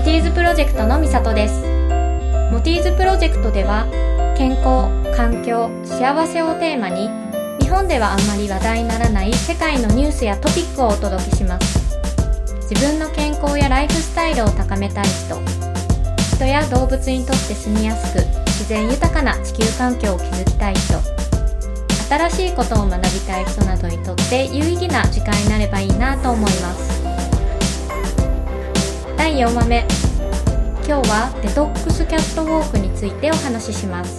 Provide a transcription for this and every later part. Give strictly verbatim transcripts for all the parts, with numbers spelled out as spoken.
ティーズプロジェクトのみさとです。モティーズプロジェクトでは健康、環境、幸せをテーマに日本ではあんまり話題にならない世界のニュースやトピックをお届けします。自分の健康やライフスタイルを高めたい人、人や動物にとって住みやすく自然豊かな地球環境を築きたい人、新しいことを学びたい人などにとって有意義な時間になればいいなと思います。だいよんわめ、今日はデトックスキャットウォークについてお話しします。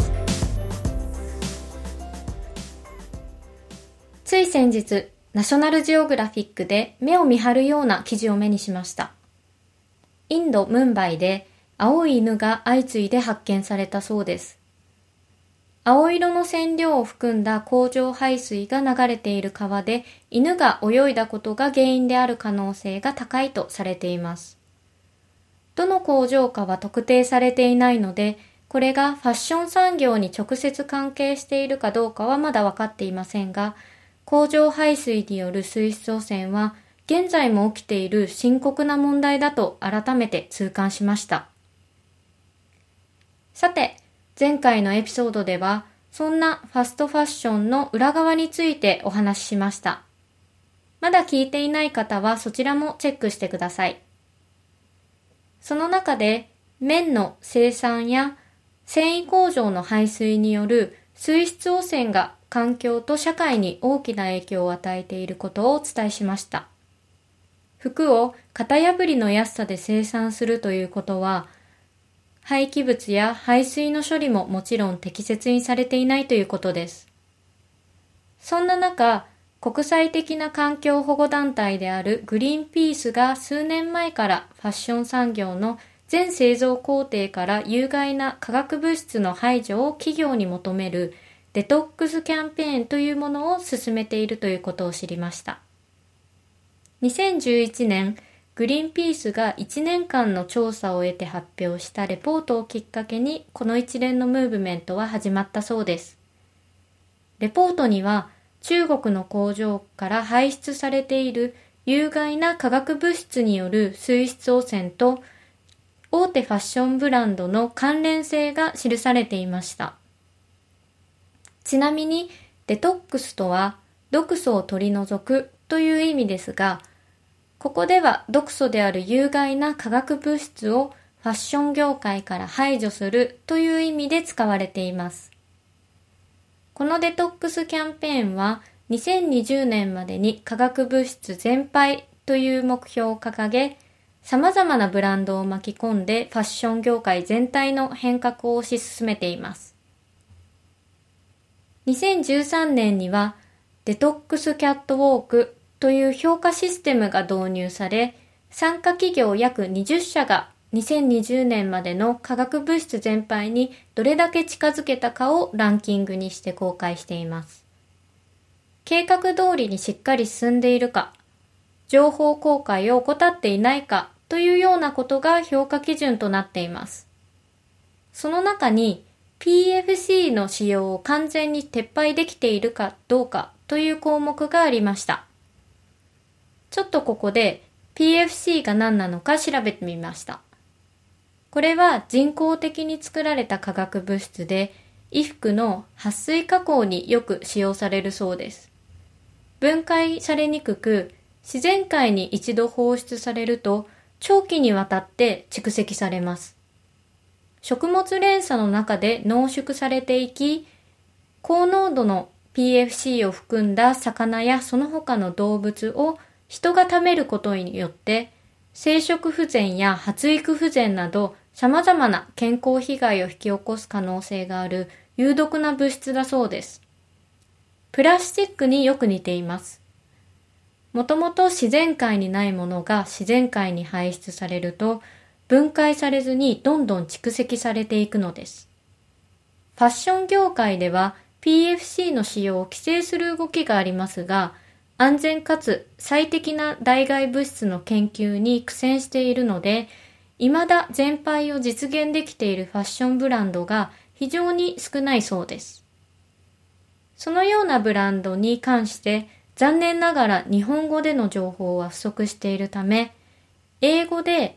つい先日、ナショナルジオグラフィックで目を見張るような記事を目にしました。インド・ムンバイで青い犬が相次いで発見されたそうです。青色の染料を含んだ工場排水が流れている川で犬が泳いだことが原因である可能性が高いとされています。どの工場かは特定されていないので、これがファッション産業に直接関係しているかどうかはまだ分かっていませんが、工場排水による水質汚染は現在も起きている深刻な問題だと改めて痛感しました。さて、前回のエピソードでは、そんなファストファッションの裏側についてお話ししました。まだ聞いていない方はそちらもチェックしてください。その中で、綿の生産や繊維工場の排水による水質汚染が環境と社会に大きな影響を与えていることをお伝えしました。服を型破りの安さで生産するということは、廃棄物や排水の処理ももちろん適切にされていないということです。そんな中、国際的な環境保護団体であるグリーンピースが数年前からファッション産業の全製造工程から有害な化学物質の排除を企業に求めるデトックスキャンペーンというものを進めているということを知りました。にせんじゅういちねん、グリーンピースがいちねんかんの調査を得て発表したレポートをきっかけにこの一連のムーブメントは始まったそうです。レポートには中国の工場から排出されている有害な化学物質による水質汚染と大手ファッションブランドの関連性が記されていました。ちなみにデトックスとは毒素を取り除くという意味ですが、ここでは毒素である有害な化学物質をファッション業界から排除するという意味で使われています。このデトックスキャンペーンはにせんにじゅうねんまでに化学物質全廃という目標を掲げ、様々なブランドを巻き込んでファッション業界全体の変革を推し進めています。にせんじゅうさんねんにはデトックスキャットウォークという評価システムが導入され、参加企業約にじゅっしゃがにせんにじゅうねんまでの化学物質全廃にどれだけ近づけたかをランキングにして公開しています。計画通りにしっかり進んでいるか、情報公開を怠っていないかというようなことが評価基準となっています。その中に ピーエフシー の使用を完全に撤廃できているかどうかという項目がありました。ちょっとここで ピーエフシー が何なのか調べてみました。これは人工的に作られた化学物質で、衣服の撥水加工によく使用されるそうです。分解されにくく、自然界に一度放出されると長期にわたって蓄積されます。食物連鎖の中で濃縮されていき、高濃度の ピーエフシー を含んだ魚やその他の動物を人が食べることによって生殖不全や発育不全など様々な健康被害を引き起こす可能性がある有毒な物質だそうです。プラスチックによく似ています。もともと自然界にないものが自然界に排出されると分解されずにどんどん蓄積されていくのです。ファッション業界では ピーエフシー の使用を規制する動きがありますが、安全かつ最適な代替物質の研究に苦戦しているので、未だ全廃を実現できているファッションブランドが非常に少ないそうです。そのようなブランドに関して残念ながら日本語での情報は不足しているため、英語で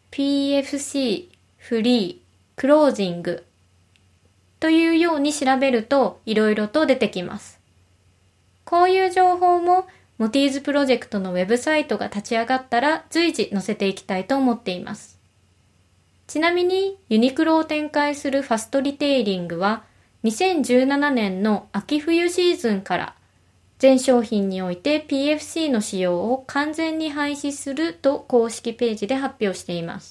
ピーエフシー、フリー、クロージングというように調べるといろいろと出てきます。こういう情報もモティーズプロジェクトのウェブサイトが立ち上がったら随時載せていきたいと思っています。ちなみにユニクロを展開するファストリテイリングはにせんじゅうななねんの秋冬シーズンから全商品において ピーエフシー の使用を完全に廃止すると公式ページで発表しています。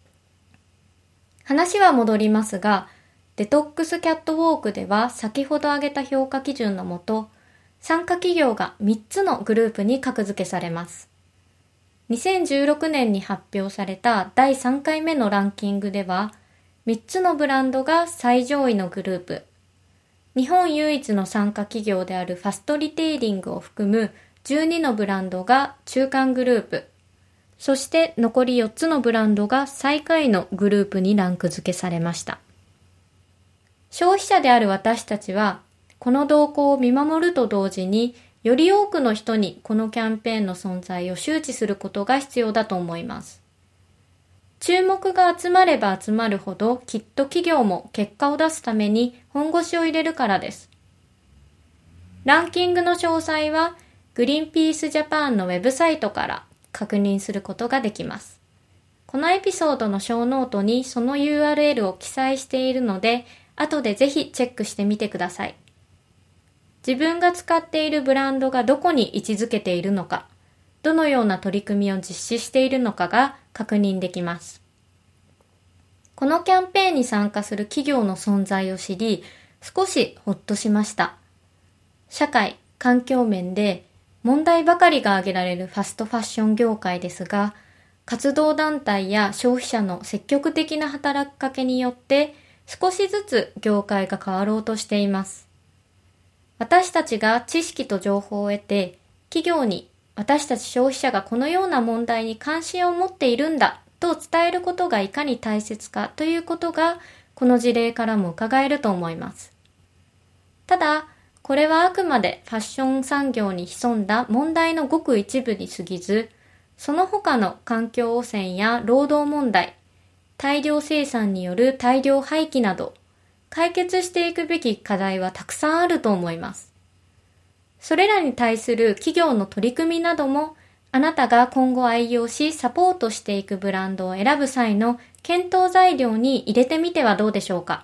話は戻りますが、デトックスキャットウォークでは先ほど挙げた評価基準のもと、参加企業がみっつのグループに格付けされます。にせんじゅうろくねんに発表されただいさんかいめのランキングでは、みっつのブランドが最上位のグループ、日本唯一の参加企業であるファストリテイリングを含むじゅうにのブランドが中間グループ、そして残りよっつのブランドが最下位のグループにランク付けされました。消費者である私たちは、この動向を見守ると同時に、より多くの人にこのキャンペーンの存在を周知することが必要だと思います。注目が集まれば集まるほど、きっと企業も結果を出すために本腰を入れるからです。ランキングの詳細は、グリーンピースジャパンのウェブサイトから確認することができます。このエピソードの小ノートにその ユーアールエル を記載しているので、後でぜひチェックしてみてください。自分が使っているブランドがどこに位置づけているのか、どのような取り組みを実施しているのかが確認できます。このキャンペーンに参加する企業の存在を知り、少しほっとしました。社会、環境面で問題ばかりが挙げられるファストファッション業界ですが、活動団体や消費者の積極的な働きかけによって少しずつ業界が変わろうとしています。私たちが知識と情報を得て、企業に私たち消費者がこのような問題に関心を持っているんだと伝えることがいかに大切かということが、この事例からも伺えると思います。ただ、これはあくまでファッション産業に潜んだ問題のごく一部に過ぎず、その他の環境汚染や労働問題、大量生産による大量廃棄など、解決していくべき課題はたくさんあると思います。それらに対する企業の取り組みなども、あなたが今後愛用しサポートしていくブランドを選ぶ際の検討材料に入れてみてはどうでしょうか。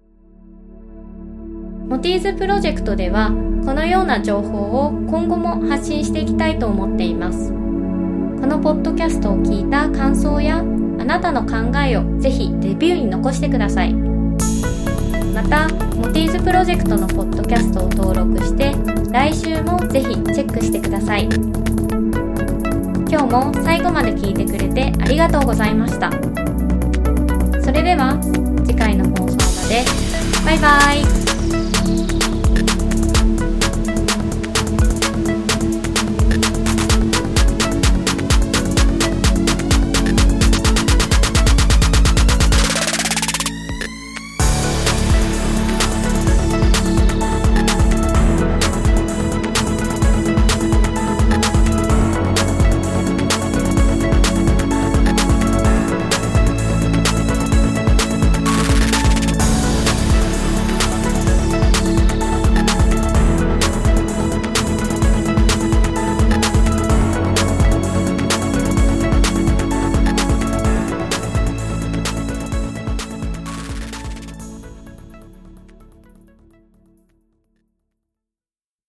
モティーズプロジェクトでは、このような情報を今後も発信していきたいと思っています。このポッドキャストを聞いた感想や、あなたの考えをぜひレビューに残してください。また、モティーズプロジェクトのポッドキャストを登録して、来週もぜひチェックしてください。今日も最後まで聞いてくれてありがとうございました。それでは次回の放送まで。バイバイ。